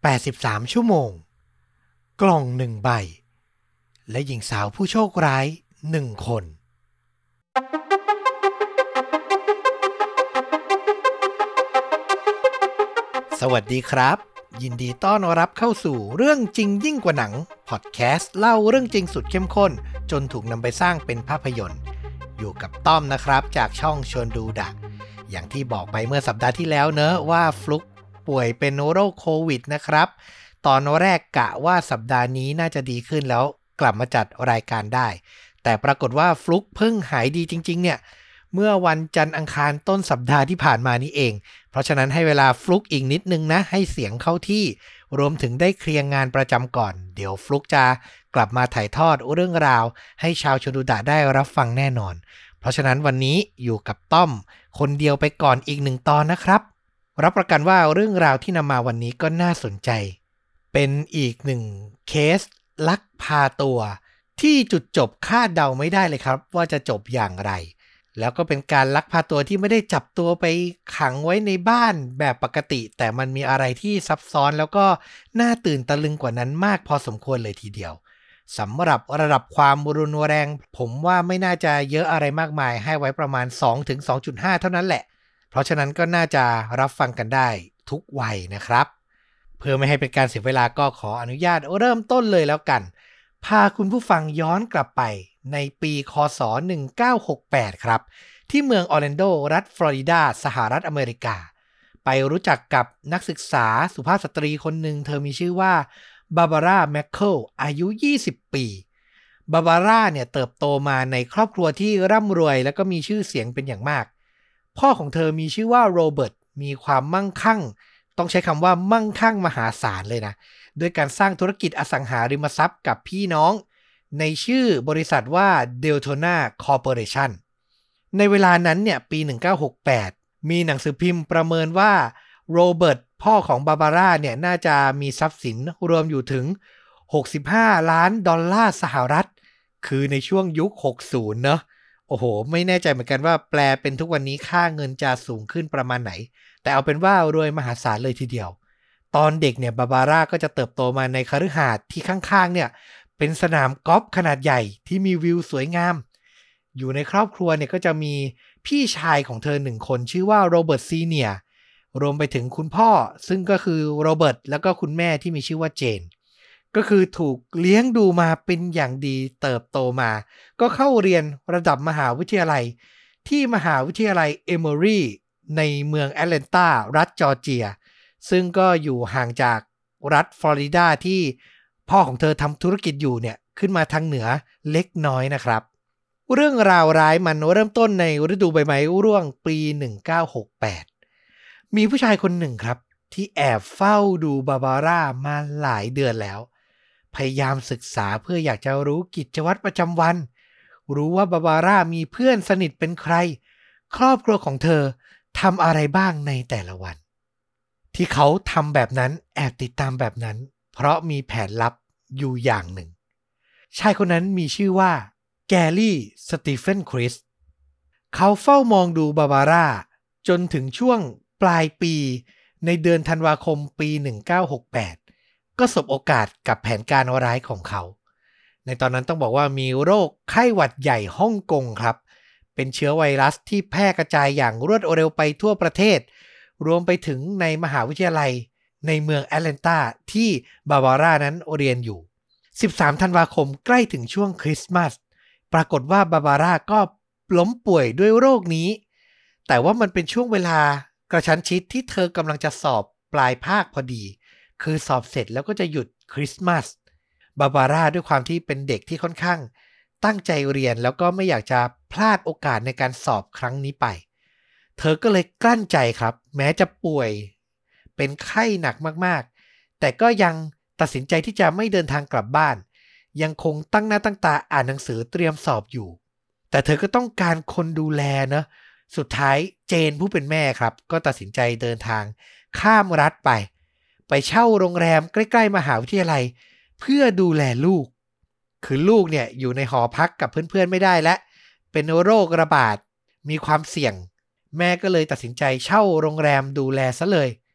83ชั่วโมงกล่อง1ใบและหญิงสาวผู้โชคร้าย1คนสวัสดีครับยินดีต้อนรับเข้าสู่เรื่องจริงยิ่งกว่าหนังพอดแคสต์เล่าเรื่องจริงสุดเข้มข้นจนถูกนำไปสร้างเป็นภาพยนตร์อยู่กับต้อมนะครับจากช่องชวนดูดะอย่างที่บอกไปเมื่อสัปดาห์ที่แล้วเนอะว่าฟลุกป่วยเป็นโรคโควิดนะครับตอนแรกกะว่าสัปดาห์นี้น่าจะดีขึ้นแล้วกลับมาจัดรายการได้แต่ปรากฏว่าฟลุกเพิ่งหายดีจริงๆเนี่ยเมื่อวันจันทร์อังคารต้นสัปดาห์ที่ผ่านมานี้เองเพราะฉะนั้นให้เวลาฟลุกอีกนิดนึงนะให้เสียงเข้าที่รวมถึงได้เคลียร์งานประจำก่อนเดี๋ยวฟลุกจะกลับมาถ่ายทอดเรื่องราวให้ชาวชวนดูดะได้รับฟังแน่นอนเพราะฉะนั้นวันนี้อยู่กับต้อมคนเดียวไปก่อนอีก1ตอนนะครับรับประกันว่าเรื่องราวที่นำมาวันนี้ก็น่าสนใจเป็นอีก1เคสลักพาตัวที่จุดจบคาดเดาไม่ได้เลยครับว่าจะจบอย่างไรแล้วก็เป็นการลักพาตัวที่ไม่ได้จับตัวไปขังไว้ในบ้านแบบปกติแต่มันมีอะไรที่ซับซ้อนแล้วก็น่าตื่นตะลึงกว่านั้นมากพอสมควรเลยทีเดียวสำหรับระดับความรุนแรงผมว่าไม่น่าจะเยอะอะไรมากมายให้ไว้ประมาณ 2-2.5 เท่านั้นแหละเพราะฉะนั้นก็น่าจะรับฟังกันได้ทุกวัยนะครับเพื่อไม่ให้เป็นการเสียเวลาก็ขออนุญาตเริ่มต้นเลยแล้วกันพาคุณผู้ฟังย้อนกลับไปในปีคศ1968ครับที่เมืองออร์แลนโดรัฐฟลอริดาสหรัฐอเมริกาไปรู้จักกับนักศึกษาสุภาพสตรีคนหนึ่งเธอมีชื่อว่าบาบาร่าแมคเคิลอายุ20ปีบาบาร่าเนี่ยเติบโตมาในครอบครัวที่ร่ำรวยแล้วก็มีชื่อเสียงเป็นอย่างมากพ่อของเธอมีชื่อว่าโรเบิร์ตมีความมั่งคั่งต้องใช้คำว่ามั่งคั่งมหาศาลเลยนะด้วยการสร้างธุรกิจอสังหาริมทรัพย์กับพี่น้องในชื่อบริษัทว่า Deltona Corporation ในเวลานั้นเนี่ยปี1968มีหนังสือพิมพ์ประเมินว่าโรเบิร์ตพ่อของบาบาร่าเนี่ยน่าจะมีทรัพย์สินรวมอยู่ถึง$65 ล้านสหรัฐคือในช่วงยุค60เนอะโอ้โหไม่แน่ใจเหมือนกันว่าแปลเป็นทุกวันนี้ค่าเงินจะสูงขึ้นประมาณไหนแต่เอาเป็นว่ารวยมหาศาลเลยทีเดียวตอนเด็กเนี่ยบาบาร่าก็จะเติบโตมาในคฤหาสน์ที่ข้างๆเนี่ยเป็นสนามกอล์ฟขนาดใหญ่ที่มีวิวสวยงามอยู่ในครอบครัวเนี่ยก็จะมีพี่ชายของเธอ1คนชื่อว่าโรเบิร์ตซีเนียร์รวมไปถึงคุณพ่อซึ่งก็คือโรเบิร์ตแล้วก็คุณแม่ที่มีชื่อว่าเจนก็คือถูกเลี้ยงดูมาเป็นอย่างดีเติบโตมาก็เข้าเรียนระดับมหาวิทยาลัยที่มหาวิทยาลัยเอมอรีในเมืองแอตแลนตารัฐจอร์เจียซึ่งก็อยู่ห่างจากรัฐฟลอริดาที่พ่อของเธอทำธุรกิจอยู่เนี่ยขึ้นมาทางเหนือเล็กน้อยนะครับเรื่องราวร้ายมันเริ่มต้นในฤดูใบไม้ร่วงปี1968มีผู้ชายคนหนึ่งครับที่แอบเฝ้าดูบาบาร่ามาหลายเดือนแล้วพยายามศึกษาเพื่ออยากจะรู้กิจวัตรประจำวันรู้ว่าบาบาร่ามีเพื่อนสนิทเป็นใครครอบครัวของเธอทำอะไรบ้างในแต่ละวันที่เขาทำแบบนั้นแอบติดตามแบบนั้นเพราะมีแผนลับอยู่อย่างหนึ่งชายคนนั้นมีชื่อว่าแกรี่สตีเฟนคริสเขาเฝ้ามองดูบาบาร่าจนถึงช่วงปลายปีในเดือนธันวาคมปี1968ก็สบโอกาสกับแผนการร้ายของเขาในตอนนั้นต้องบอกว่ามีโรคไข้หวัดใหญ่ฮ่องกงครับเป็นเชื้อไวรัสที่แพร่กระจายอย่างรวดเร็วไปทั่วประเทศรวมไปถึงในมหาวิทยาลัยในเมืองแอตแลนตาที่บาบาร่านั้นเรียนอยู่13ธันวาคมใกล้ถึงช่วงคริสต์มาสปรากฏว่าบาบาร่าก็ล้มป่วยด้วยโรคนี้แต่ว่ามันเป็นช่วงเวลากระชั้นชิดที่เธอกำลังจะสอบปลายภาคพอดีคือสอบเสร็จแล้วก็จะหยุดคริสต์มาสบาบาร่าด้วยความที่เป็นเด็กที่ค่อนข้างตั้งใจเรียนแล้วก็ไม่อยากจะพลาดโอกาสในการสอบครั้งนี้ไปเธอก็เลยกลั้นใจครับแม้จะป่วยเป็นไข้หนักมากๆแต่ก็ยังตัดสินใจที่จะไม่เดินทางกลับบ้านยังคงตั้งหน้าตั้งตาอ่านหนังสือเตรียมสอบอยู่แต่เธอก็ต้องการคนดูแลนะสุดท้ายเจนผู้เป็นแม่ครับก็ตัดสินใจเดินทางข้ามรัฐไปเช่าโรงแรมใกล้ๆมหาวิทยาลัยเพื่อดูแลลูกคือลูกเนี่ยอยู่ในหอพักกับเพื่อนๆไม่ได้และเป็นโรคระบาดมีความเสี่ยงแม่ก็เลยตัดสินใจเช่าโรงแรมดูแลซะเลย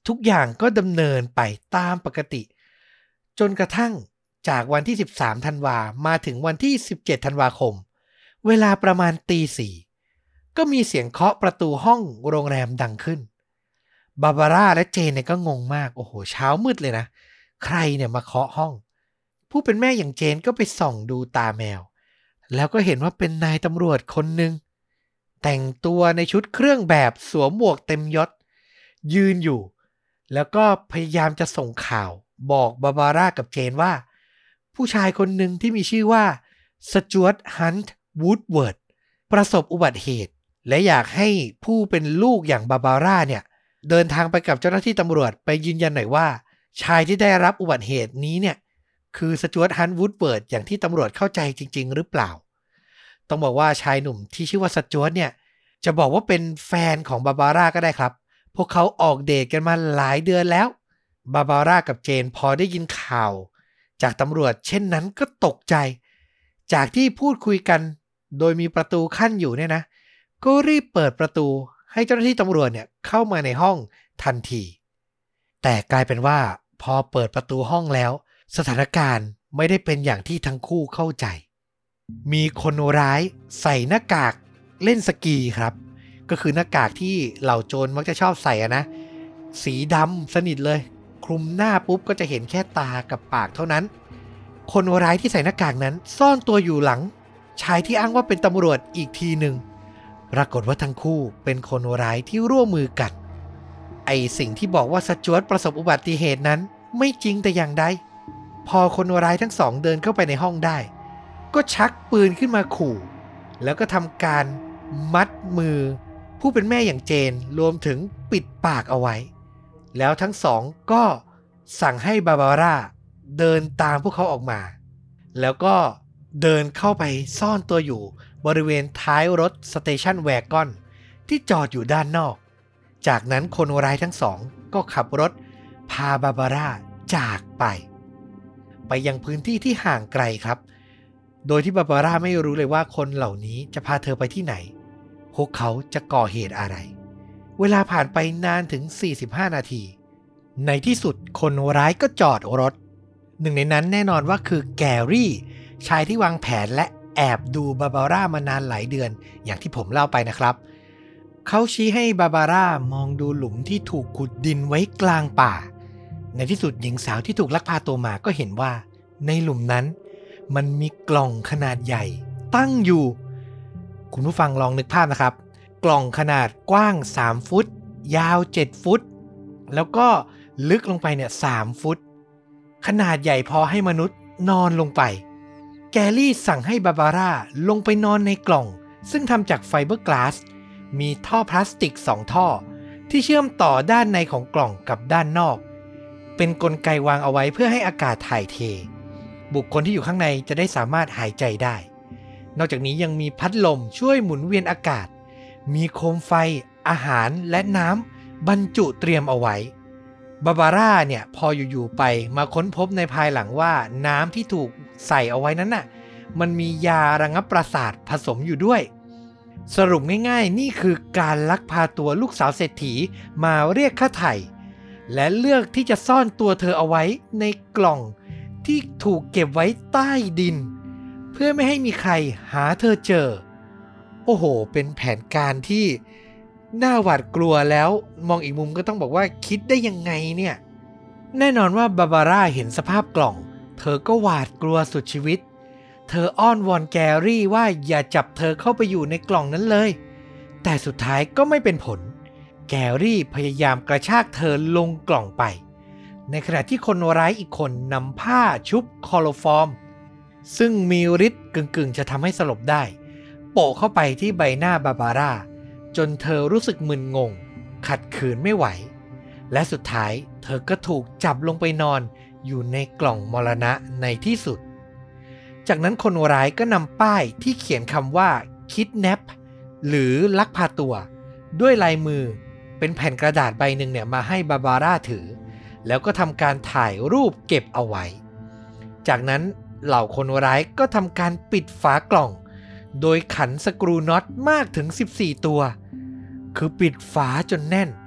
ทุกอย่างก็ดำเนินไปตามปกติจนกระทั่งจากวันที่13ธันวามาถึงวันที่17ธันวาคมเวลาประมาณตีสี่ก็มีเสียงเคาะประตูห้องโรงแรมดังขึ้นบาบาร่าและเจนเนี่ยก็งงมากโอ้โหเช้ามืดเลยนะใครเนี่ยมาเคาะห้องผู้เป็นแม่อย่างเจนก็ไปส่องดูตาแมวแล้วก็เห็นว่าเป็นนายตำรวจคนหนึ่งแต่งตัวในชุดเครื่องแบบสวมหมวกเต็มยศยืนอยู่แล้วก็พยายามจะส่งข่าวบอกบาบาร่ากับเจนว่าผู้ชายคนหนึ่งที่มีชื่อว่าสจ๊วตฮันต์วูดเวิร์ดประสบอุบัติเหตุและอยากให้ผู้เป็นลูกอย่างบาบาร่าเนี่ยเดินทางไปกับเจ้าหน้าที่ตำรวจไปยืนยันหน่อยว่าชายที่ได้รับอุบัติเหตุนี้เนี่ยคือสจ๊วตฮันต์วูดเวิร์ดอย่างที่ตำรวจเข้าใจจริงๆหรือเปล่าต้องบอกว่าชายหนุ่มที่ชื่อว่าสจ๊วตเนี่ยจะบอกว่าเป็นแฟนของบาบาร่าก็ได้ครับพวกเขาออกเดทกันมาหลายเดือนแล้วบาบาร่ากับเจนพอได้ยินข่าวจากตำรวจเช่นนั้นก็ตกใจจากที่พูดคุยกันโดยมีประตูขั้นอยู่เนี่ยนะก็รีบเปิดประตูให้เจ้าหน้าที่ตำรวจเนี่ยเข้ามาในห้องทันทีแต่กลายเป็นว่าพอเปิดประตูห้องแล้วสถานการณ์ไม่ได้เป็นอย่างที่ทั้งคู่เข้าใจมีคนร้ายใส่หน้ากากเล่นสกีครับก็คือหน้ากากที่เหล่าโจรมักจะชอบใส่นะสีดำสนิทเลยคลุมหน้าปุ๊บก็จะเห็นแค่ตากับปากเท่านั้นคนร้ายที่ใส่หน้ากากนั้นซ่อนตัวอยู่หลังชายที่อ้างว่าเป็นตำรวจอีกทีหนึ่งปรากฏว่าทั้งคู่เป็นคนร้ายที่ร่วมมือกันไอสิ่งที่บอกว่าสจ๊วตประสบอุบัติเหตุนั้นไม่จริงแต่อย่างใดพอคนร้ายทั้งสองเดินเข้าไปในห้องได้ก็ชักปืนขึ้นมาขู่แล้วก็ทำการมัดมือผู้เป็นแม่อย่างเจนรวมถึงปิดปากเอาไว้แล้วทั้งสองก็สั่งให้บาบาร่าเดินตามพวกเขาออกมาแล้วก็เดินเข้าไปซ่อนตัวอยู่บริเวณท้ายรถสเตชันแวกอนที่จอดอยู่ด้านนอกจากนั้นคนร้ายทั้งสองก็ขับรถพาบาบาร่าจากไปยังพื้นที่ที่ห่างไกลครับโดยที่บาบาร่าไม่รู้เลยว่าคนเหล่านี้จะพาเธอไปที่ไหนพวกเขาจะก่อเหตุอะไรเวลาผ่านไปนานถึง45นาทีในที่สุดคนร้ายก็จอดรถหนึ่งในนั้นแน่นอนว่าคือแกรี่ชายที่วางแผนและแอบดูบาบาร่ามานานหลายเดือนอย่างที่ผมเล่าไปนะครับเขาชี้ให้บาบาร่ามองดูหลุมที่ถูกขุดดินไว้กลางป่าในที่สุดหญิงสาวที่ถูกลักพาตัวมาก็เห็นว่าในหลุมนั้นมันมีกล่องขนาดใหญ่ตั้งอยู่คุณผู้ฟังลองนึกภาพนะครับกล่องขนาดกว้าง3ฟุตยาว7ฟุตแล้วก็ลึกลงไปเนี่ย3ฟุตขนาดใหญ่พอให้มนุษย์นอนลงไปแกรี่สั่งให้บาบาร่าลงไปนอนในกล่องซึ่งทำจากไฟเบอร์กลาสมีท่อพลาสติก2ท่อที่เชื่อมต่อด้านในของกล่องกับด้านนอกเป็นกลไกวางเอาไว้เพื่อให้อากาศถ่ายเทบุคคลที่อยู่ข้างในจะได้สามารถหายใจได้นอกจากนี้ยังมีพัดลมช่วยหมุนเวียนอากาศมีโคมไฟอาหารและน้ำบรรจุเตรียมเอาไว้บาบาร่าเนี่ยพออยู่ๆไปมาค้นพบในภายหลังว่าน้ำที่ถูกใส่เอาไว้นั้นน่ะมันมียาระงับประสาทผสมอยู่ด้วยสรุปง่ายๆนี่คือการลักพาตัวลูกสาวเศรษฐีมาเรียกค่าไถ่และเลือกที่จะซ่อนตัวเธอเอาไว้ในกล่องที่ถูกเก็บไว้ใต้ดินเพื่อไม่ให้มีใครหาเธอเจอโอ้โหเป็นแผนการที่น่าหวาดกลัวแล้วมองอีกมุมก็ต้องบอกว่าคิดได้ยังไงเนี่ยแน่นอนว่าบาบาร่าเห็นสภาพกล่องเธอก็หวาดกลัวสุดชีวิตเธออ้อนวอนแกรี่ว่าอย่าจับเธอเข้าไปอยู่ในกล่องนั้นเลยแต่สุดท้ายก็ไม่เป็นผลแกรี่พยายามกระชากเธอลงกล่องไปในขณะที่คนร้ายอีกคนนำผ้าชุบคลอโรฟอร์มซึ่งมีฤทธิ์กึ่งจะทำให้สลบได้โปะเข้าไปที่ใบหน้าบาบาร่าจนเธอรู้สึกมึนงงขัดขืนไม่ไหวและสุดท้ายเธอก็ถูกจับลงไปนอนอยู่ในกล่องมรณะในที่สุดจากนั้นคนร้ายก็นำป้ายที่เขียนคำว่าคิดแนปหรือลักพาตัวด้วยลายมือเป็นแผ่นกระดาษใบหนึ่งเนี่ยมาให้บาบาร่าถือแล้วก็ทำการถ่ายรูปเก็บเอาไว้จากนั้นเหล่าคนร้ายก็ทำการปิดฝากล่องโดยขันสกรูน็อตมากถึง14ตัวคือปิดฝาจนแน่น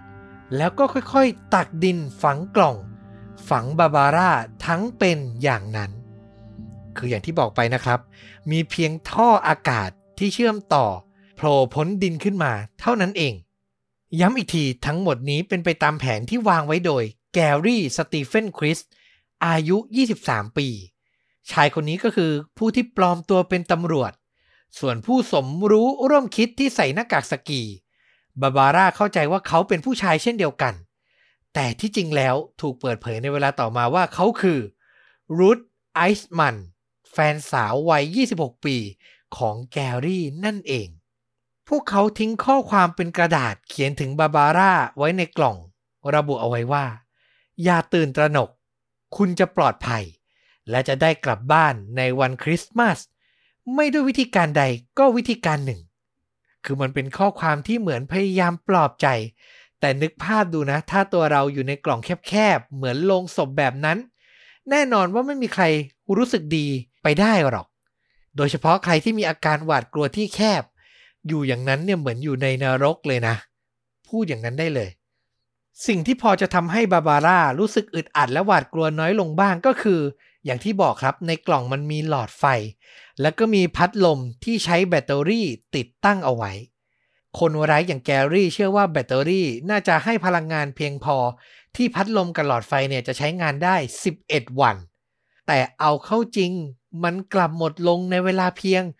แล้วก็ค่อยๆตักดินฝังกล่องฝังบาบาร่าทั้งเป็นอย่างนั้นคืออย่างที่บอกไปนะครับมีเพียงท่ออากาศที่เชื่อมต่อโผล่พ้นดินขึ้นมาเท่านั้นเองย้ำอีกทีทั้งหมดนี้เป็นไปตามแผนที่วางไว้โดยแกรี่สตีเฟนคริสอายุ23ปีชายคนนี้ก็คือผู้ที่ปลอมตัวเป็นตำรวจส่วนผู้สมรู้ร่วมคิดที่ใส่หน้ากากสกีบาบาร่าเข้าใจว่าเขาเป็นผู้ชายเช่นเดียวกันแต่ที่จริงแล้วถูกเปิดเผยในเวลาต่อมาว่าเขาคือรูธไอซ์มันแฟนสาววัย26ปีของแกรี่นั่นเองพวกเขาทิ้งข้อความเป็นกระดาษเขียนถึงบาบาร่าไว้ในกล่องระบุเอาไว้ว่าอย่าตื่นตระหนกคุณจะปลอดภัยและจะได้กลับบ้านในวันคริสต์มาสไม่ด้วยวิธีการใดก็วิธีการหนึ่งคือมันเป็นข้อความที่เหมือนพยายามปลอบใจแต่นึกภาพดูนะถ้าตัวเราอยู่ในกล่องแคบๆเหมือนโลงศพแบบนั้นแน่นอนว่าไม่มีใครรู้สึกดีไปได้หรอกโดยเฉพาะใครที่มีอาการหวาดกลัวที่แคบอยู่อย่างนั้นเนี่ยเหมือนอยู่ในนรกเลยนะพูดอย่างนั้นได้เลยสิ่งที่พอจะทำให้บาบาร่ารู้สึกอึดอัดและหวาดกลัวน้อยลงบ้างก็คืออย่างที่บอกครับในกล่องมันมีหลอดไฟแล้วก็มีพัดลมที่ใช้แบตเตอรี่ติดตั้งเอาไว้คนร้ายอย่างแกรี่เชื่อว่าแบตเตอรี่น่าจะให้พลังงานเพียงพอที่พัดลมกับหลอดไฟเนี่ยจะใช้งานได้11วันแต่เอาเข้าจริงมันกลับหมดลงในเวลาเพียง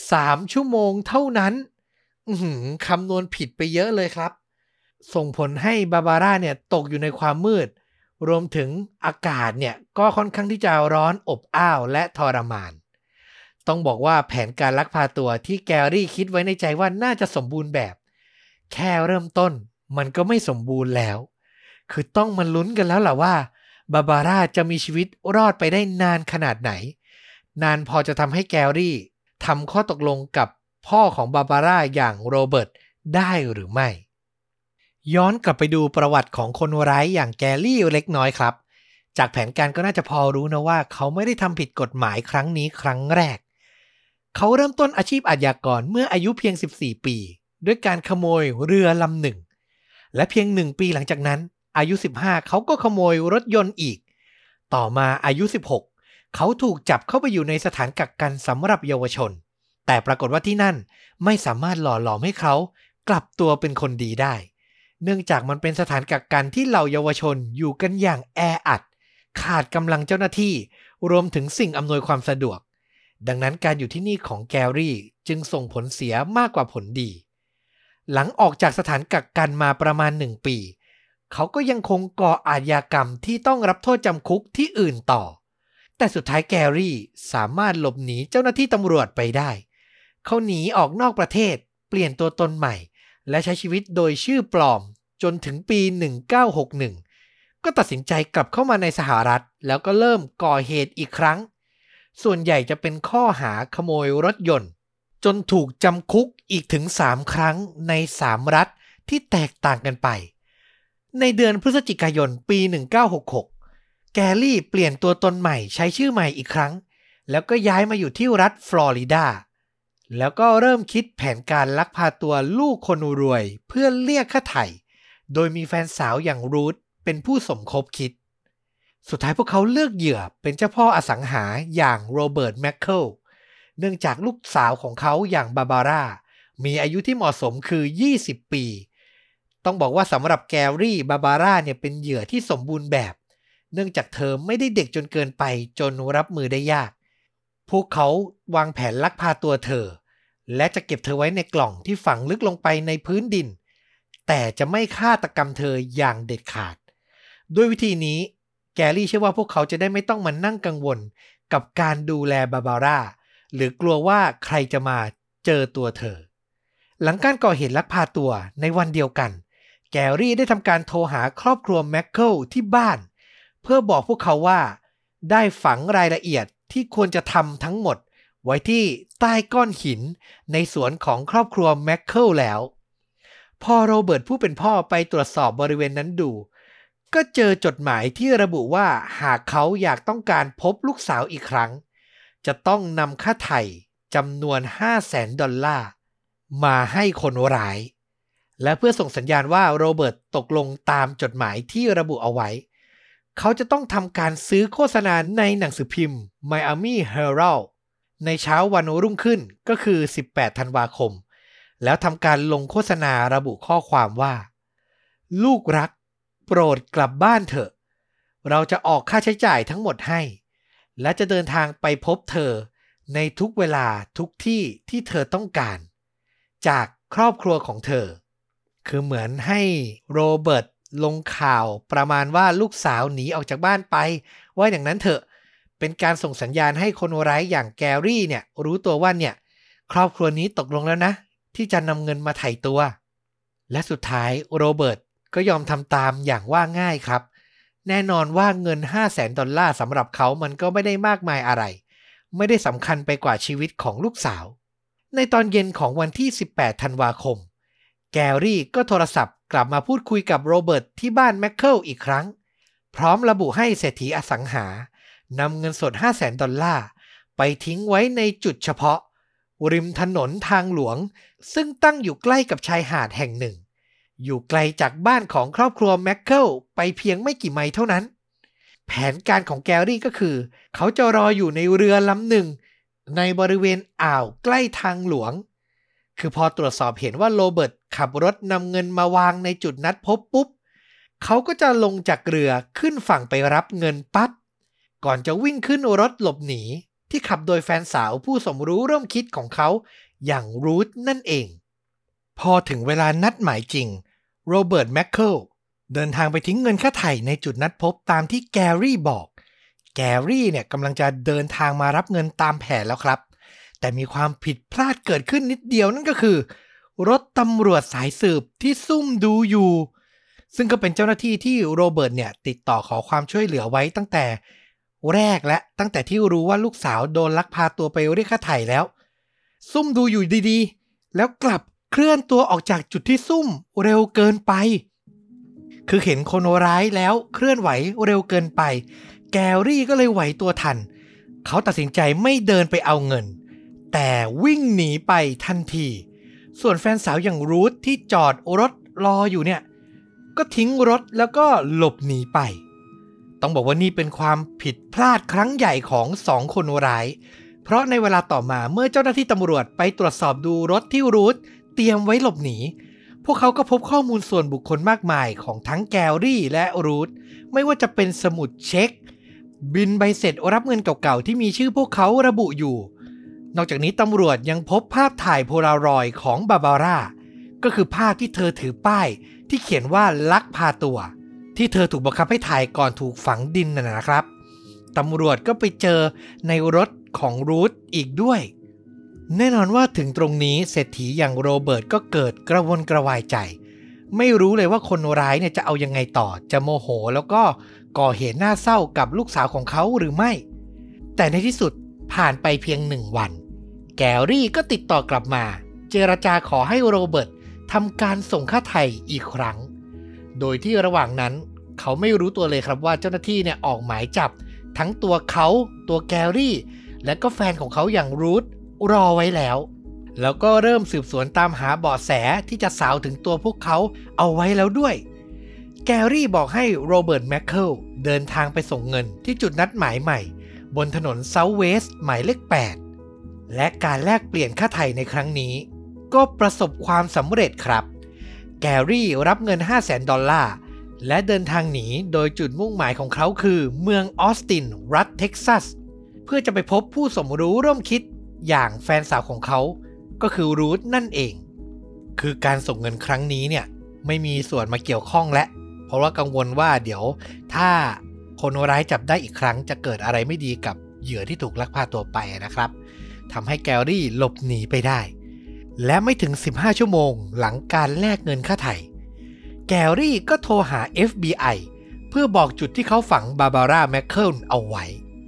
3ชั่วโมงเท่านั้นคำนวณผิดไปเยอะเลยครับส่งผลให้บาบาร่าเนี่ยตกอยู่ในความมืดรวมถึงอากาศเนี่ยก็ค่อนข้างที่จะร้อนอบอ้าวและทรมานต้องบอกว่าแผนการลักพาตัวที่แกรี่คิดไว้ในใจว่าน่าจะสมบูรณ์แบบแค่เริ่มต้นมันก็ไม่สมบูรณ์แล้วคือต้องมาลุ้นกันแล้วล่ะว่าบาบาร่าจะมีชีวิตรอดไปได้นานขนาดไหนนานพอจะทำให้แกรี่ทำข้อตกลงกับพ่อของบาบาร่าอย่างโรเบิร์ตได้หรือไม่ย้อนกลับไปดูประวัติของคนร้ายอย่างแกรี่เล็กน้อยครับจากแผนการก็น่าจะพอรู้นะว่าเขาไม่ได้ทำผิดกฎหมายครั้งนี้ครั้งแรกเขาเริ่มต้นอาชีพอาชญากรเมื่ออายุเพียง14ปีด้วยการขโมยเรือลำหนึ่งและเพียง1 ปีหลังจากนั้นอายุ15เขาก็ขโมยรถยนต์อีกต่อมาอายุ16เขาถูกจับเข้าไปอยู่ในสถานกักกันสำหรับเยาวชนแต่ปรากฏว่าที่นั่นไม่สามารถหล่อหลอมให้เขากลับตัวเป็นคนดีได้เนื่องจากมันเป็นสถานกักกันที่เหล่าเยาวชนอยู่กันอย่างแออัดขาดกำลังเจ้าหน้าที่รวมถึงสิ่งอำนวยความสะดวกดังนั้นการอยู่ที่นี่ของแกรี่จึงส่งผลเสียมากกว่าผลดีหลังออกจากสถานกักกันมาประมาณ1 ปีเขาก็ยังคงก่ออาชญากรรมที่ต้องรับโทษจำคุกที่อื่นต่อแต่สุดท้ายแกรี่สามารถหลบหนีเจ้าหน้าที่ตำรวจไปได้เขาหนีออกนอกประเทศเปลี่ยนตัวตนใหม่และใช้ชีวิตโดยชื่อปลอมจนถึงปี1961ก็ตัดสินใจกลับเข้ามาในสหรัฐแล้วก็เริ่มก่อเหตุอีกครั้งส่วนใหญ่จะเป็นข้อหาขโมยรถยนต์จนถูกจำคุกอีกถึง3 ครั้งใน3 รัฐที่แตกต่างกันไปในเดือนพฤศจิกายนปี1966แกรี่เปลี่ยนตัวตนใหม่ใช้ชื่อใหม่อีกครั้งแล้วก็ย้ายมาอยู่ที่รัฐฟลอริดาแล้วก็เริ่มคิดแผนการลักพาตัวลูกคนรวยเพื่อเรียกค่าไถ่โดยมีแฟนสาวอย่างรูธเป็นผู้สมคบคิดสุดท้ายพวกเขาเลือกเหยื่อเป็นเจ้าพ่ออสังหาอย่างโรเบิร์ตแมคเคิลเนื่องจากลูกสาวของเขาอย่างบาบาร่ามีอายุที่เหมาะสมคือ20 ปีต้องบอกว่าสำหรับแกรี่บาบาร่าเนี่ยเป็นเหยื่อที่สมบูรณ์แบบเนื่องจากเธอไม่ได้เด็กจนเกินไปจนรับมือได้ยากพวกเขาวางแผนลักพาตัวเธอและจะเก็บเธอไว้ในกล่องที่ฝังลึกลงไปในพื้นดินแต่จะไม่ฆาตกรรมเธออย่างเด็ดขาดด้วยวิธีนี้แกรี่เชื่อว่าพวกเขาจะได้ไม่ต้องมานั่งกังวลกับการดูแลบาบาร่าหรือกลัวว่าใครจะมาเจอตัวเธอหลังการก่อเหตุลักพาตัวในวันเดียวกันแกรี่ได้ทำการโทรหาครอบครัวแมคเคิลที่บ้านเพื่อบอกพวกเขาว่าได้ฝังรายละเอียดที่ควรจะทำทั้งหมดไว้ที่ใต้ก้อนหินในสวนของครอบครัวแมคเคิลแล้วพอโรเบิร์ตผู้เป็นพ่อไปตรวจสอบบริเวณนั้นดูก็เจอจดหมายที่ระบุว่าหากเขาอยากต้องการพบลูกสาวอีกครั้งจะต้องนำค่าไถ่จำนวน$500,000มาให้คนร้ายและเพื่อส่งสัญญาณว่าโรเบิร์ตตกลงตามจดหมายที่ระบุเอาไว้เขาจะต้องทำการซื้อโฆษณาในหนังสือพิมพ์ Miami Herald ในเช้าวันรุ่งขึ้นก็คือ18ธันวาคมแล้วทำการลงโฆษณาระบุข้อความว่าลูกรักโปรดกลับบ้านเถอะเราจะออกค่าใช้จ่ายทั้งหมดให้และจะเดินทางไปพบเธอในทุกเวลาทุกที่ที่เธอต้องการจากครอบครัวของเธอคือเหมือนให้โรเบิร์ตลงข่าวประมาณว่าลูกสาวหนีออกจากบ้านไปว่าอย่างนั้นเถอะเป็นการส่งสัญญาณให้คนร้ายอย่างแกรี่เนี่ยรู้ตัวว่าเนี่ยครอบครัวนี้ตกลงแล้วนะที่จะนำเงินมาไถ่ตัวและสุดท้ายโรเบิร์ตก็ยอมทำตามอย่างว่าง่ายครับแน่นอนว่าเงิน$500,000สำหรับเขามันก็ไม่ได้มากมายอะไรไม่ได้สำคัญไปกว่าชีวิตของลูกสาวในตอนเย็นของวันที่18ธันวาคมแกรี่ก็โทรศัพท์กลับมาพูดคุยกับโรเบิร์ตที่บ้านแมคเคิลอีกครั้งพร้อมระบุให้เศรษฐีอสังหานำเงินสด$500,000ไปทิ้งไว้ในจุดเฉพาะริมถนนทางหลวงซึ่งตั้งอยู่ใกล้กับชายหาดแห่งหนึ่งอยู่ไกลจากบ้านของครอบครัวแมคเคิลไปเพียงไม่กี่ไมล์เท่านั้นแผนการของแกรี่ก็คือเขาจะรออยู่ในเรือลำหนึ่งในบริเวณอ่าวใกล้ทางหลวงคือพอตรวจสอบเห็นว่าโรเบิร์ตขับรถนำเงินมาวางในจุดนัดพบปุ๊บเขาก็จะลงจากเรือขึ้นฝั่งไปรับเงินปั๊บก่อนจะวิ่งขึ้นรถหลบหนีที่ขับโดยแฟนสาวผู้สมรู้ร่วมคิดของเขาอย่างรูธนั่นเองพอถึงเวลานัดหมายจริงโรเบิร์ตแมคเคิลเดินทางไปทิ้งเงินค่าไถ่ในจุดนัดพบตามที่แกรี่บอกแกรี่เนี่ยกำลังจะเดินทางมารับเงินตามแผนแล้วครับแต่มีความผิดพลาดเกิดขึ้นนิดเดียวนั่นก็คือรถตำรวจสายสืบที่ซุ่มดูอยู่ซึ่งก็เป็นเจ้าหน้าที่ที่โรเบิร์ตเนี่ยติดต่อขอความช่วยเหลือไว้ตั้งแต่แรกและตั้งแต่ที่รู้ว่าลูกสาวโดนลักพาตัวไปเรียกค่าไถ่แล้วซุ่มดูอยู่ดีๆแล้วกลับเคลื่อนตัวออกจากจุดที่ซุ่มเร็วเกินไปคือเห็นคนร้ายแล้วเคลื่อนไหวเร็วเกินไปแกรี่ก็เลยไหวตัวทันเขาตัดสินใจไม่เดินไปเอาเงินแต่วิ่งหนีไปทันทีส่วนแฟนสาวอย่างรูธที่จอดรถรออยู่เนี่ยก็ทิ้งรถแล้วก็หลบหนีไปต้องบอกว่านี่เป็นความผิดพลาดครั้งใหญ่ของ2คนร้ายเพราะในเวลาต่อมาเมื่อเจ้าหน้าที่ตำรวจไปตรวจสอบดูรถที่รูธเตรียมไว้หลบหนีพวกเขาก็พบข้อมูลส่วนบุคคลมากมายของทั้งแกรี่และรูธไม่ว่าจะเป็นสมุดเช็คบินใบเสร็จรับเงินเก่าๆที่มีชื่อพวกเขาระบุอยู่นอกจากนี้ตำรวจยังพบภาพถ่ายโพลารอยด์ของบาบาร่าก็คือภาพที่เธอถือป้ายที่เขียนว่าลักพาตัวที่เธอถูกบังคับให้ถ่ายก่อนถูกฝังดินนะครับตำรวจก็ไปเจอในรถของรูธอีกด้วยแน่นอนว่าถึงตรงนี้เศรษฐีอย่างโรเบิร์ตก็เกิดกระวนกระวายใจไม่รู้เลยว่าคนร้ายเนี่ยจะเอายังไงต่อจะโมโหแล้วก็ก่อเหตุน่าเศร้ากับลูกสาวของเขาหรือไม่แต่ในที่สุดผ่านไปเพียง1 วันแกรี่ก็ติดต่อกลับมาเจรจาขอให้โรเบิร์ตทำการส่งค่าไถ่อีกครั้งโดยที่ระหว่างนั้นเขาไม่รู้ตัวเลยครับว่าเจ้าหน้าที่เนี่ยออกหมายจับทั้งตัวเขาตัวแกรี่และก็แฟนของเขาอย่างรูธรอไว้แล้วก็เริ่มสืบสวนตามหาเบาะแสที่จะสาวถึงตัวพวกเขาเอาไว้แล้วด้วยแกรี่บอกให้โรเบิร์ตแมคเคิลเดินทางไปส่งเงินที่จุดนัดหมายใหม่บนถนนเซาท์เวสต์หมายเลข8และการแลกเปลี่ยนค่าไถ่ในครั้งนี้ก็ประสบความสำเร็จครับแกรี่รับเงิน$500,000และเดินทางหนีโดยจุดมุ่งหมายของเขาคือเมืองออสตินรัฐเท็กซัสเพื่อจะไปพบผู้สมรู้ร่วมคิดอย่างแฟนสาวของเขาก็คือรูธนั่นเองคือการส่งเงินครั้งนี้เนี่ยไม่มีส่วนมาเกี่ยวข้องและเพราะว่ากังวลว่าเดี๋ยวถ้าคนร้ายจับได้อีกครั้งจะเกิดอะไรไม่ดีกับเหยื่อที่ถูกลักพาตัวไปนะครับทำให้แกรี่หลบหนีไปได้และไม่ถึง15ชั่วโมงหลังการแลกเงินค่าไถ่แกรี่ก็โทรหา FBI เพื่อบอกจุดที่เขาฝังบาบาร่าแมคเคิลเอาไว้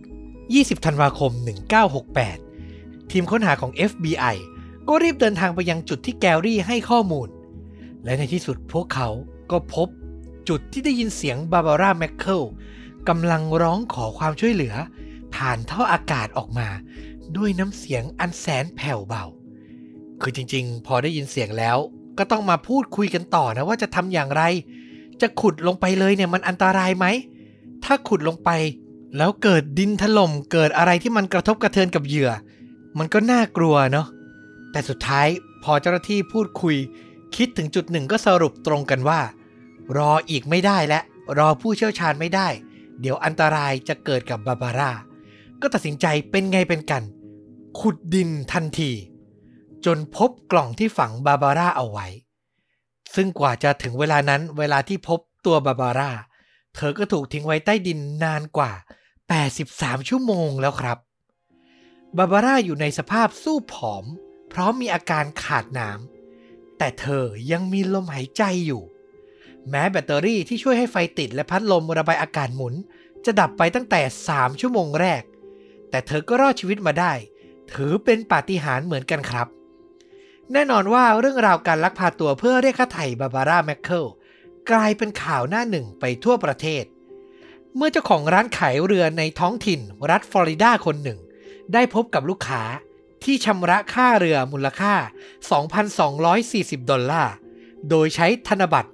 20ธันวาคม1968ทีมค้นหาของ FBI ก็รีบเดินทางไปยังจุดที่แกรี่ให้ข้อมูลและในที่สุดพวกเขาก็พบจุดที่ได้ยินเสียงบาบาร่าแมคเคิลกำลังร้องขอความช่วยเหลือผ่านท่ออากาศออกมาด้วยน้ำเสียงอันแสนแผ่วเบาคือจริงๆพอได้ยินเสียงแล้วก็ต้องมาพูดคุยกันต่อนะว่าจะทำอย่างไรจะขุดลงไปเลยเนี่ยมันอันตรายไหมถ้าขุดลงไปแล้วเกิดดินถล่มเกิดอะไรที่มันกระทบกระเทือนกับเหยื่อมันก็น่ากลัวเนาะแต่สุดท้ายพอเจ้าหน้าที่พูดคุยคิดถึงจุดหนึ่งก็สรุปตรงกันว่ารออีกไม่ได้และรอผู้เชี่ยวชาญไม่ได้เดี๋ยวอันตรายจะเกิดกับบาบาร่าก็ตัดสินใจเป็นไงเป็นกันขุดดินทันทีจนพบกล่องที่ฝังบาบาร่าเอาไว้ซึ่งกว่าจะถึงเวลานั้นเวลาที่พบตัวบาบาร่าเธอก็ถูกทิ้งไว้ใต้ดินนานกว่า83ชั่วโมงแล้วครับบาบาร่าอยู่ในสภาพสู้ผอมเพราะมีอาการขาดน้ำแต่เธอยังมีลมหายใจอยู่แม้แบตเตอรี่ที่ช่วยให้ไฟติดและพัดลมระบายอากาศหมุนจะดับไปตั้งแต่3ชั่วโมงแรกแต่เธอก็รอดชีวิตมาได้ถือเป็นปาฏิหาริย์เหมือนกันครับแน่นอนว่าเรื่องราวการลักพาตัวเพื่อเรียกค่าไถ่บาบาร่าแมคเคิลกลายเป็นข่าวหน้าหนึ่งไปทั่วประเทศเมื่อเจ้าของร้านขายเรือในท้องถิ่นรัฐฟลอริดาคนหนึ่งได้พบกับลูกค้าที่ชำระค่าเรือมูลค่า $2,240 โดยใช้ธนบัตร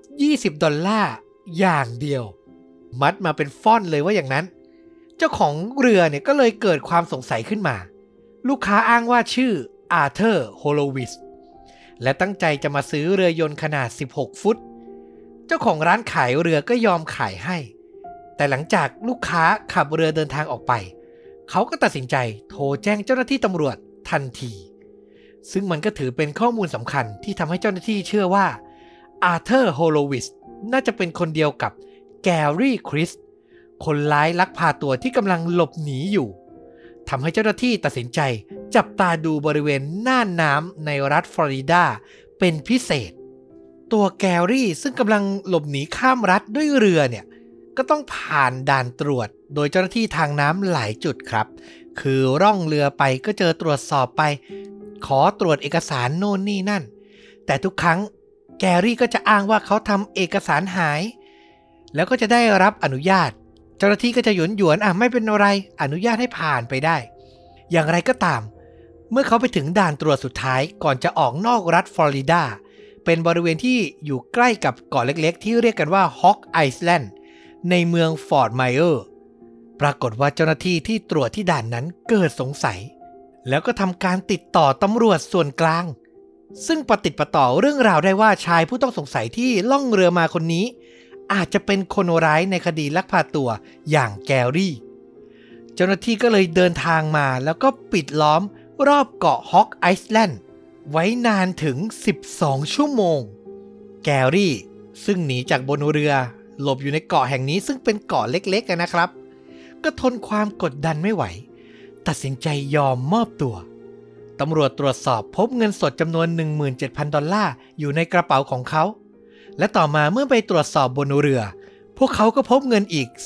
$20อย่างเดียวมัดมาเป็นฟ่อนเลยว่าอย่างนั้นเจ้าของเรือเนี่ยก็เลยเกิดความสงสัยขึ้นมาลูกค้าอ้างว่าชื่ออาร์เธอร์ โฮโลวิชและตั้งใจจะมาซื้อเรือยนต์ขนาด16ฟุตเจ้าของร้านขายเรือก็ยอมขายให้แต่หลังจากลูกค้าขับเรือเดินทางออกไปเขาก็ตัดสินใจโทรแจ้งเจ้าหน้าที่ตำรวจทันทีซึ่งมันก็ถือเป็นข้อมูลสำคัญที่ทำให้เจ้าหน้าที่เชื่อว่าอาร์เธอร์ โฮโลวิชน่าจะเป็นคนเดียวกับแกรี่ คริสคนร้ายลักพาตัวที่กำลังหลบหนีอยู่ทำให้เจ้าหน้าที่ตัดสินใจจับตาดูบริเวณน่านน้ำในรัฐฟลอริดาเป็นพิเศษตัวแกรี่ซึ่งกำลังหลบหนีข้ามรัฐด้วยเรือเนี่ยก็ต้องผ่านด่านตรวจโดยเจ้าหน้าที่ทางน้ำหลายจุดครับคือร่องเรือไปก็เจอตรวจสอบไปขอตรวจเอกสารโน่นนี่นั่นแต่ทุกครั้งแกรี่ก็จะอ้างว่าเขาทำเอกสารหายแล้วก็จะได้รับอนุญาตเจ้าหน้าที่ก็จะหยวนไม่เป็นไรอนุญาตให้ผ่านไปได้อย่างไรก็ตามเมื่อเขาไปถึงด่านตรวจสุดท้ายก่อนจะออกนอกรัฐฟลอริดาเป็นบริเวณที่อยู่ใกล้กับเกาะเล็กๆที่เรียกกันว่าฮอกไอแลนด์ในเมืองฟอร์ตไมเออร์ปรากฏว่าเจ้าหน้าที่ที่ตรวจที่ด่านนั้นเกิดสงสัยแล้วก็ทำการติดต่อตำรวจส่วนกลางซึ่งประติดประต่อเรื่องราวได้ว่าชายผู้ต้องสงสัยที่ล่องเรือมาคนนี้อาจจะเป็นคนร้ายในคดีลักพาตัวอย่างแกรี่เจ้าหน้าที่ก็เลยเดินทางมาแล้วก็ปิดล้อมรอบเกาะฮอกไอแลนด์ไว้นานถึง12ชั่วโมงแกรี่ซึ่งหนีจากบนเรือหลบอยู่ในเกาะแห่งนี้ซึ่งเป็นเกาะเล็กๆนะครับก็ทนความกดดันไม่ไหวตัดสินใจยอมมอบตัวตำรวจตรวจสอบพบเงินสดจำนวน $17,000 อยู่ในกระเป๋าของเขาและต่อมาเมื่อไปตรวจสอบบนเรือพวกเขาก็พบเงินอีก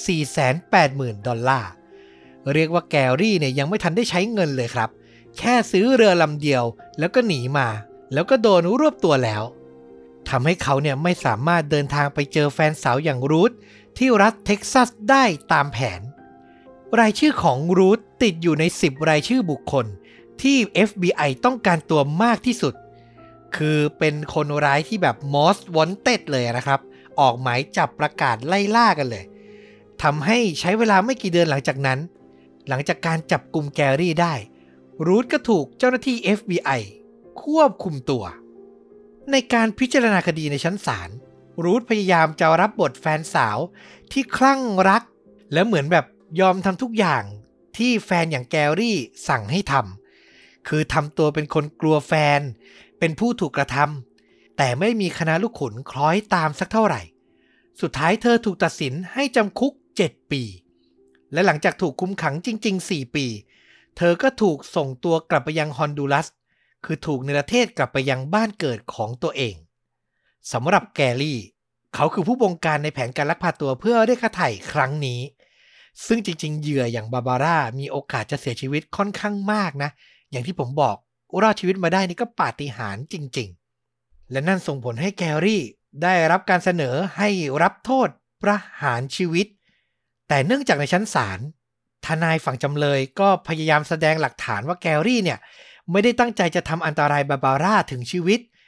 $480,000 เรียกว่าแกรี่เนี่ยยังไม่ทันได้ใช้เงินเลยครับแค่ซื้อเรือลำเดียวแล้วก็หนีมาแล้วก็โดนรวบตัวแล้วทำให้เขาเนี่ยไม่สามารถเดินทางไปเจอแฟนสาวอย่างรูธที่รัฐเท็กซัสได้ตามแผนรายชื่อของรูธติดอยู่ใน10รายชื่อบุคคลที่ FBI ต้องการตัวมากที่สุดคือเป็นคนร้ายที่แบบ most wanted เลยนะครับออกหมายจับประกาศไล่ล่ากันเลยทำให้ใช้เวลาไม่กี่เดือนหลังจากนั้นหลังจากการจับกุมแกรี่ได้รูธก็ถูกเจ้าหน้าที่ FBI ควบคุมตัวในการพิจารณาคดีในชั้นศาลรูธพยายามจะรับบทแฟนสาวที่คลั่งรักและเหมือนแบบยอมทำทุกอย่างที่แฟนอย่างแกรี่สั่งให้ทำคือทำตัวเป็นคนกลัวแฟนเป็นผู้ถูกกระทำแต่ไม่มีคณะลูกขุนคล้อยตามสักเท่าไหร่สุดท้ายเธอถูกตัดสินให้จำคุก7 ปีและหลังจากถูกคุมขังจริงๆ4 ปีเธอก็ถูกส่งตัวกลับไปยังฮอนดูรัสคือถูกเนรเทศกลับไปยังบ้านเกิดของตัวเองสำหรับแกรี่เขาคือผู้บงการในแผนการลักพาตัวเพื่อเรียกค่าไถ่ครั้งนี้ซึ่งจริงๆเหยื่ออย่างบาบาร่ามีโอกาสจะเสียชีวิตค่อนข้างมากนะอย่างที่ผมบอกรอดชีวิตมาได้นี่ก็ปาฏิหาริย์จริงๆและนั่นส่งผลให้แกรี่ได้รับการเสนอให้รับโทษประหารชีวิตแต่เนื่องจากในชั้นศาลทนายฝั่งจำเลยก็พยายามแสดงหลักฐานว่าแกรี่เนี่ยไม่ได้ตั้งใจจะทำอันตรายบาบาร่าถึงชีวิต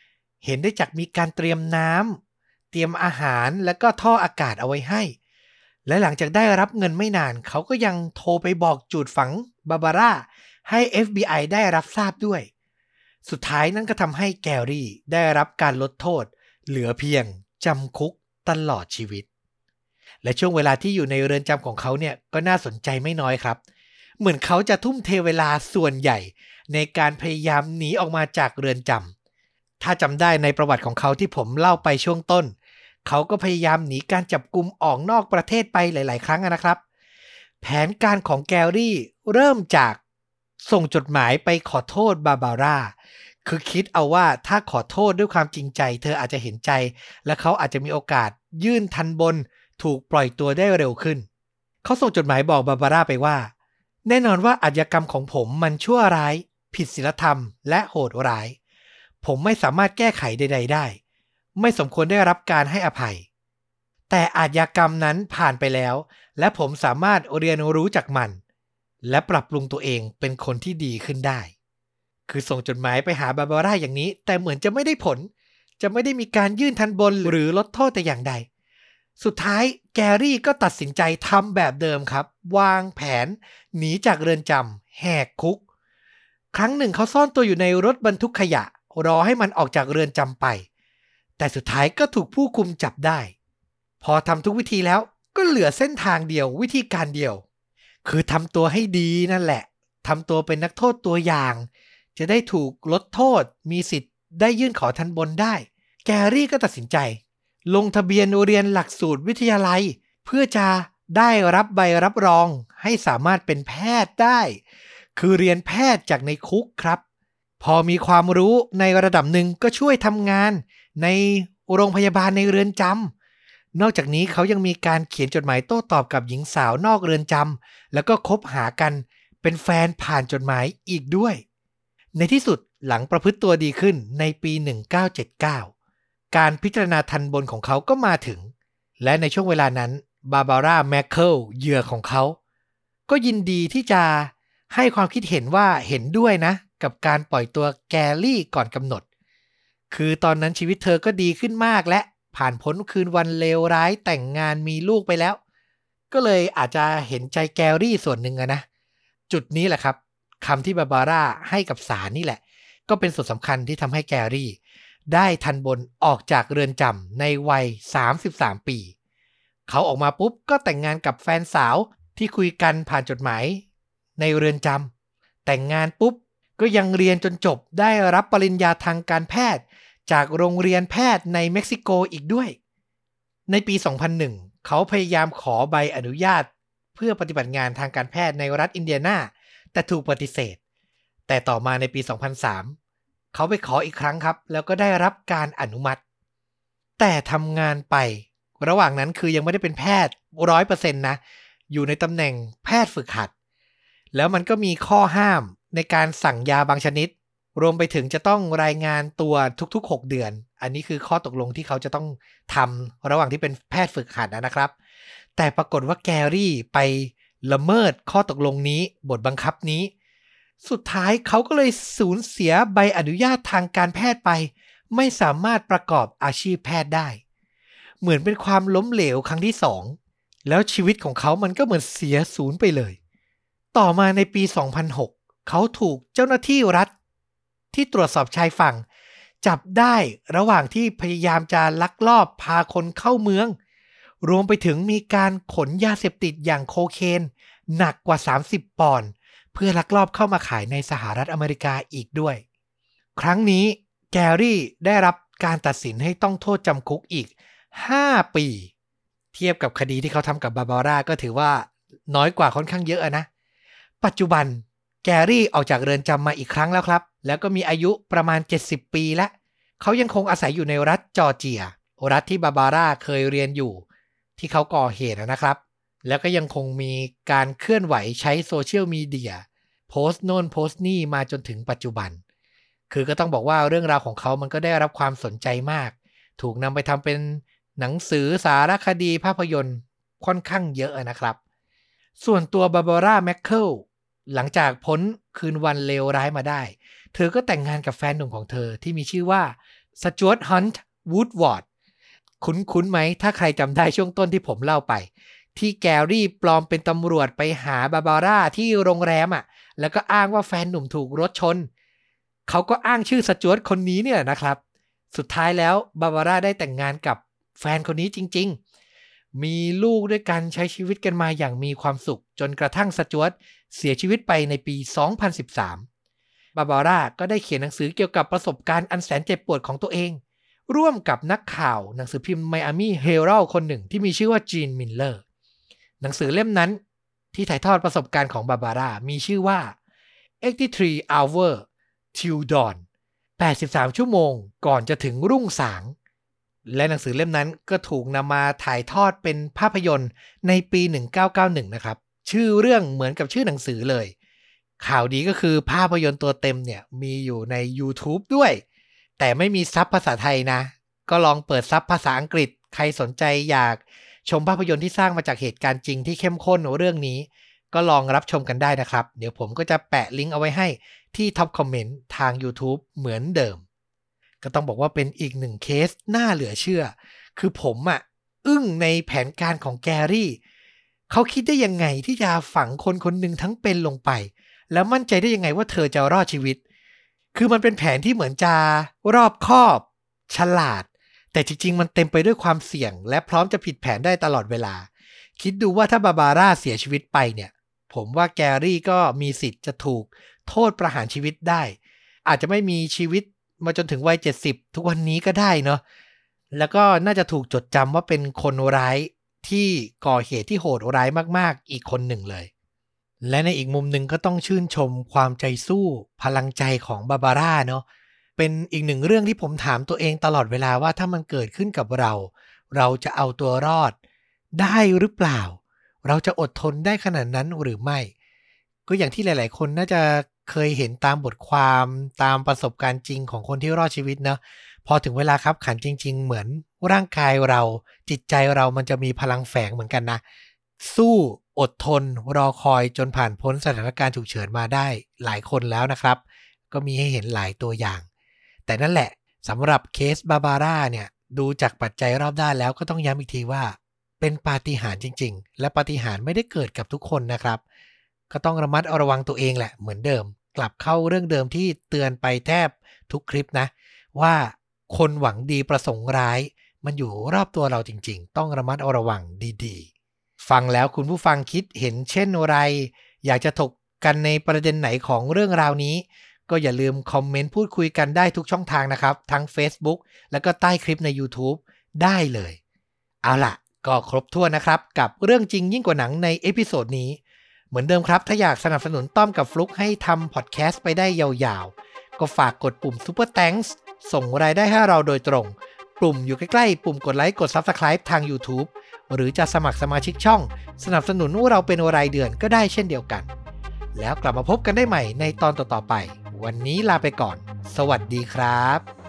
เห็นได้จากมีการเตรียมน้ำเตรียมอาหารและก็ท่ออากาศเอาไว้ให้และหลังจากได้รับเงินไม่นานเขาก็ยังโทรไปบอกจุดฝังบาบาร่าให้ FBI ได้รับทราบด้วยสุดท้ายนั่นก็ทำให้แกรี่ได้รับการลดโทษเหลือเพียงจำคุกตลอดชีวิตและช่วงเวลาที่อยู่ในเรือนจำของเขาเนี่ยก็น่าสนใจไม่น้อยครับเหมือนเขาจะทุ่มเทเวลาส่วนใหญ่ในการพยายามหนีออกมาจากเรือนจำถ้าจำได้ในประวัติของเขาที่ผมเล่าไปช่วงต้นเขาก็พยายามหนีการจับกุมออกนอกประเทศไปหลายๆครั้งนะครับแผนการของแกรี่เริ่มจากส่งจดหมายไปขอโทษบาบาร่าคือคิดเอาว่าถ้าขอโทษด้วยความจริงใจเธออาจจะเห็นใจและเขาอาจจะมีโอกาสยื่นทันบนถูกปล่อยตัวได้เร็วขึ้นเขาส่งจดหมายบอกบาบาร่าไปว่าแน่นอนว่าอาชญากรรมของผมมันชั่วร้ายผิดศีลธรรมและโหดร้ายผมไม่สามารถแก้ไขใดๆได้ไม่สมควรได้รับการให้อภัยแต่อาชญากรรมนั้นผ่านไปแล้วและผมสามารถเรียนรู้จากมันและปรับปรุงตัวเองเป็นคนที่ดีขึ้นได้คือส่งจดหมายไปหาบาบาร่าอย่างนี้แต่เหมือนจะไม่ได้ผลจะไม่ได้มีการยื่นทันบนหรือลดโทษแต่อย่างใดสุดท้ายแกรี่ก็ตัดสินใจทำแบบเดิมครับวางแผนหนีจากเรือนจำแหกคุกครั้งหนึ่งเขาซ่อนตัวอยู่ในรถบรรทุกขยะรอให้มันออกจากเรือนจำไปแต่สุดท้ายก็ถูกผู้คุมจับได้พอทำทุกวิธีแล้วก็เหลือเส้นทางเดียววิธีการเดียวคือทำตัวให้ดีนั่นแหละทำตัวเป็นนักโทษตัวอย่างจะได้ถูกลดโทษมีสิทธิ์ได้ยื่นขอทันบนได้แกรี่ก็ตัดสินใจลงทะเบียนเรียนหลักสูตรวิทยาลัยเพื่อจะได้รับใบรับรองให้สามารถเป็นแพทย์ได้คือเรียนแพทย์จากในคุกครับพอมีความรู้ในระดับหนึ่งก็ช่วยทำงานในโรงพยาบาลในเรือนจำนอกจากนี้เขายังมีการเขียนจดหมายโต้ตอบกับหญิงสาวนอกเรือนจำแล้วก็คบหากันเป็นแฟนผ่านจดหมายอีกด้วยในที่สุดหลังประพฤติตัวดีขึ้นในปี 1979 การพิจารณาทันบนของเขาก็มาถึงและในช่วงเวลานั้นบาบาร่าแมคเคิลเหยื่อของเขาก็ยินดีที่จะให้ความคิดเห็นว่าเห็นด้วยนะกับการปล่อยตัวแกรี่ก่อนกำหนดคือตอนนั้นชีวิตเธอก็ดีขึ้นมากและผ่านพ้นคืนวันเลวร้ายแต่งงานมีลูกไปแล้วก็เลยอาจจะเห็นใจแกรี่ส่วนหนึ่งนะจุดนี้แหละครับคำที่บาบาร่าให้กับศาลนี่แหละก็เป็นส่วนสำคัญที่ทำให้แกรี่ได้ทันบนออกจากเรือนจำในวัย33 ปีเขาออกมาปุ๊บก็แต่งงานกับแฟนสาวที่คุยกันผ่านจดหมายในเรือนจำแต่งงานปุ๊บก็ยังเรียนจนจบได้รับปริญญาทางการแพทย์จากโรงเรียนแพทย์ในเม็กซิโกอีกด้วยในปี 2001 เขาพยายามขอใบอนุญาตเพื่อปฏิบัติงานทางการแพทย์ในรัฐอินเดียนาแต่ถูกปฏิเสธแต่ต่อมาในปี 2003 เขาไปขออีกครั้งครับแล้วก็ได้รับการอนุมัติแต่ทำงานไประหว่างนั้นคือยังไม่ได้เป็นแพทย์ 100% นะอยู่ในตำแหน่งแพทย์ฝึกหัดแล้วมันก็มีข้อห้ามในการสั่งยาบางชนิดรวมไปถึงจะต้องรายงานตัวทุกๆ6 เดือนอันนี้คือข้อตกลงที่เขาจะต้องทำระหว่างที่เป็นแพทย์ฝึกหัดนะครับแต่ปรากฏว่าแกรี่ไปละเมิดข้อตกลงนี้บทบังคับนี้สุดท้ายเขาก็เลยสูญเสียใบอนุญาตทางการแพทย์ไปไม่สามารถประกอบอาชีพแพทย์ได้เหมือนเป็นความล้มเหลวครั้งที่2แล้วชีวิตของเขามันก็เหมือนเสียศูนย์ไปเลยต่อมาในปี 2006 เขาถูกเจ้าหน้าที่รัฐที่ตรวจสอบชายฝั่งจับได้ระหว่างที่พยายามจะลักลอบพาคนเข้าเมืองรวมไปถึงมีการขนยาเสพติดอย่างโคเคนหนักกว่า30 ปอนด์เพื่อลักลอบเข้ามาขายในสหรัฐอเมริกาอีกด้วยครั้งนี้แกรี่ได้รับการตัดสินให้ต้องโทษจำคุกอีก5 ปีเทียบกับคดีที่เขาทำกับบาบาร่าก็ถือว่าน้อยกว่าค่อนข้างเยอะนะปัจจุบันแกรี่ออกจากเรือนจำมาอีกครั้งแล้วครับแล้วก็มีอายุประมาณ70 ปีแล้วเขายังคงอาศัยอยู่ในรัฐจอร์เจียรัฐที่บาบาร่าเคยเรียนอยู่ที่เขาก่อเหตุนะครับแล้วก็ยังคงมีการเคลื่อนไหวใช้โซเชียลมีเดียโพสต์โน่นโพสต์นี่มาจนถึงปัจจุบันคือก็ต้องบอกว่าเรื่องราวของเขามันก็ได้รับความสนใจมากถูกนำไปทำเป็นหนังสือสารคดีภาพยนตร์ค่อนข้างเยอะนะครับส่วนตัวบาบาร่าแมคเคิลหลังจากพ้นคืนวันเลวร้ายมาได้เธอก็แต่งงานกับแฟนหนุ่มของเธอที่มีชื่อว่าสจ๊วต ฮันต์ วูดวอร์ดคุ้นไหมถ้าใครจำได้ช่วงต้นที่ผมเล่าไปที่แกรี่ปลอมเป็นตำรวจไปหาบาบาร่าที่โรงแรมแล้วก็อ้างว่าแฟนหนุ่มถูกรถชนเขาก็อ้างชื่อสจ๊วตคนนี้เนี่ยนะครับสุดท้ายแล้วบาบาร่าได้แต่งงานกับแฟนคนนี้จริงๆมีลูกด้วยกันใช้ชีวิตกันมาอย่างมีความสุขจนกระทั่งสจ๊วตเสียชีวิตไปในปี 2013 บาบาร่าก็ได้เขียนหนังสือเกี่ยวกับประสบการณ์อันแสนเจ็บปวดของตัวเองร่วมกับนักข่าวหนังสือพิมพ์ Miami Herald คนหนึ่งที่มีชื่อว่าจีน มิลเลอร์หนังสือเล่มนั้นที่ถ่ายทอดประสบการณ์ของบาบาร่ามีชื่อว่า 83 Hour Till Dawn 83 ชั่วโมงก่อนจะถึงรุ่งสางและหนังสือเล่มนั้นก็ถูกนำมาถ่ายทอดเป็นภาพยนตร์ในปี 1991 นะครับชื่อเรื่องเหมือนกับชื่อหนังสือเลยข่าวดีก็คือภาพยนตร์ตัวเต็มเนี่ยมีอยู่ใน YouTube ด้วยแต่ไม่มีซับภาษาไทยนะก็ลองเปิดซับภาษาอังกฤษใครสนใจอยากชมภาพยนตร์ที่สร้างมาจากเหตุการณ์จริงที่เข้มข้นเรื่องนี้ก็ลองรับชมกันได้นะครับเดี๋ยวผมก็จะแปะลิงก์เอาไว้ให้ที่ท็อปคอมเมนต์ทาง YouTube เหมือนเดิมก็ต้องบอกว่าเป็นอีกหนึ่งเคสน่าเหลือเชื่อคือผมอึ้งในแผนการของแกรี่เขาคิดได้ยังไงที่จะฝังคนคนหนึ่งทั้งเป็นลงไปแล้วมั่นใจได้ยังไงว่าเธอจะรอดชีวิตคือมันเป็นแผนที่เหมือนจะรอบคอบฉลาดแต่จริงๆมันเต็มไปด้วยความเสี่ยงและพร้อมจะผิดแผนได้ตลอดเวลาคิดดูว่าถ้าบาบาร่าเสียชีวิตไปเนี่ยผมว่าแกรี่ก็มีสิทธิ์จะถูกโทษประหารชีวิตได้อาจจะไม่มีชีวิตมาจนถึงวัย70ทุกวันนี้ก็ได้เนาะแล้วก็น่าจะถูกจดจำว่าเป็นคนร้ายที่ก่อเหตุที่โหดร้ายมากๆอีกคนหนึ่งเลยและในอีกมุมหนึ่งก็ต้องชื่นชมความใจสู้พลังใจของบาบาร่าเนาะเป็นอีกหนึ่งเรื่องที่ผมถามตัวเองตลอดเวลาว่าถ้ามันเกิดขึ้นกับเราจะเอาตัวรอดได้หรือเปล่าเราจะอดทนได้ขนาดนั้นหรือไม่ก็อย่างที่หลายๆคนน่าจะเคยเห็นตามบทความตามประสบการณ์จริงของคนที่รอดชีวิตเนาะพอถึงเวลาคับขันจริงๆเหมือนร่างกายเราจิตใจเรามันจะมีพลังแฝงเหมือนกันนะสู้อดทนรอคอยจนผ่านพ้นสถานการณ์ฉุกเฉินมาได้หลายคนแล้วนะครับก็มีให้เห็นหลายตัวอย่างแต่นั่นแหละสำหรับเคสบาบาร่าเนี่ยดูจากปัจจัยรอบด้านแล้วก็ต้องย้ำอีกทีว่าเป็นปาฏิหาริย์จริงๆและปาฏิหาริย์ไม่ได้เกิดกับทุกคนนะครับก็ต้องระมัดระวังตัวเองแหละเหมือนเดิมกลับเข้าเรื่องเดิมที่เตือนไปแทบทุกคลิปนะว่าคนหวังดีประสงค์ร้ายมันอยู่รอบตัวเราจริงๆต้องระมัดระวังดีๆฟังแล้วคุณผู้ฟังคิดเห็นเช่นไรอยากจะถกกันในประเด็นไหนของเรื่องราวนี้ก็อย่าลืมคอมเมนต์พูดคุยกันได้ทุกช่องทางนะครับทั้ง Facebook แล้วก็ใต้คลิปใน YouTube ได้เลยเอาล่ะก็ครบถ้วนนะครับกับเรื่องจริงยิ่งกว่าหนังในเอพิโซดนี้เหมือนเดิมครับถ้าอยากสนับสนุนต้อมกับฟลุกให้ทำพอดแคสต์ไปได้ยาวๆก็ฝากกดปุ่ม Super Thanks ส่งรายได้ให้เราโดยตรงปุ่มอยู่ใกล้ๆปุ่มกดไลค์กด Subscribe ทาง YouTube หรือจะสมัครสมาชิกช่องสนับสนุนเราเป็นรายเดือนก็ได้เช่นเดียวกันแล้วกลับมาพบกันได้ใหม่ในตอนต่อๆไปวันนี้ลาไปก่อนสวัสดีครับ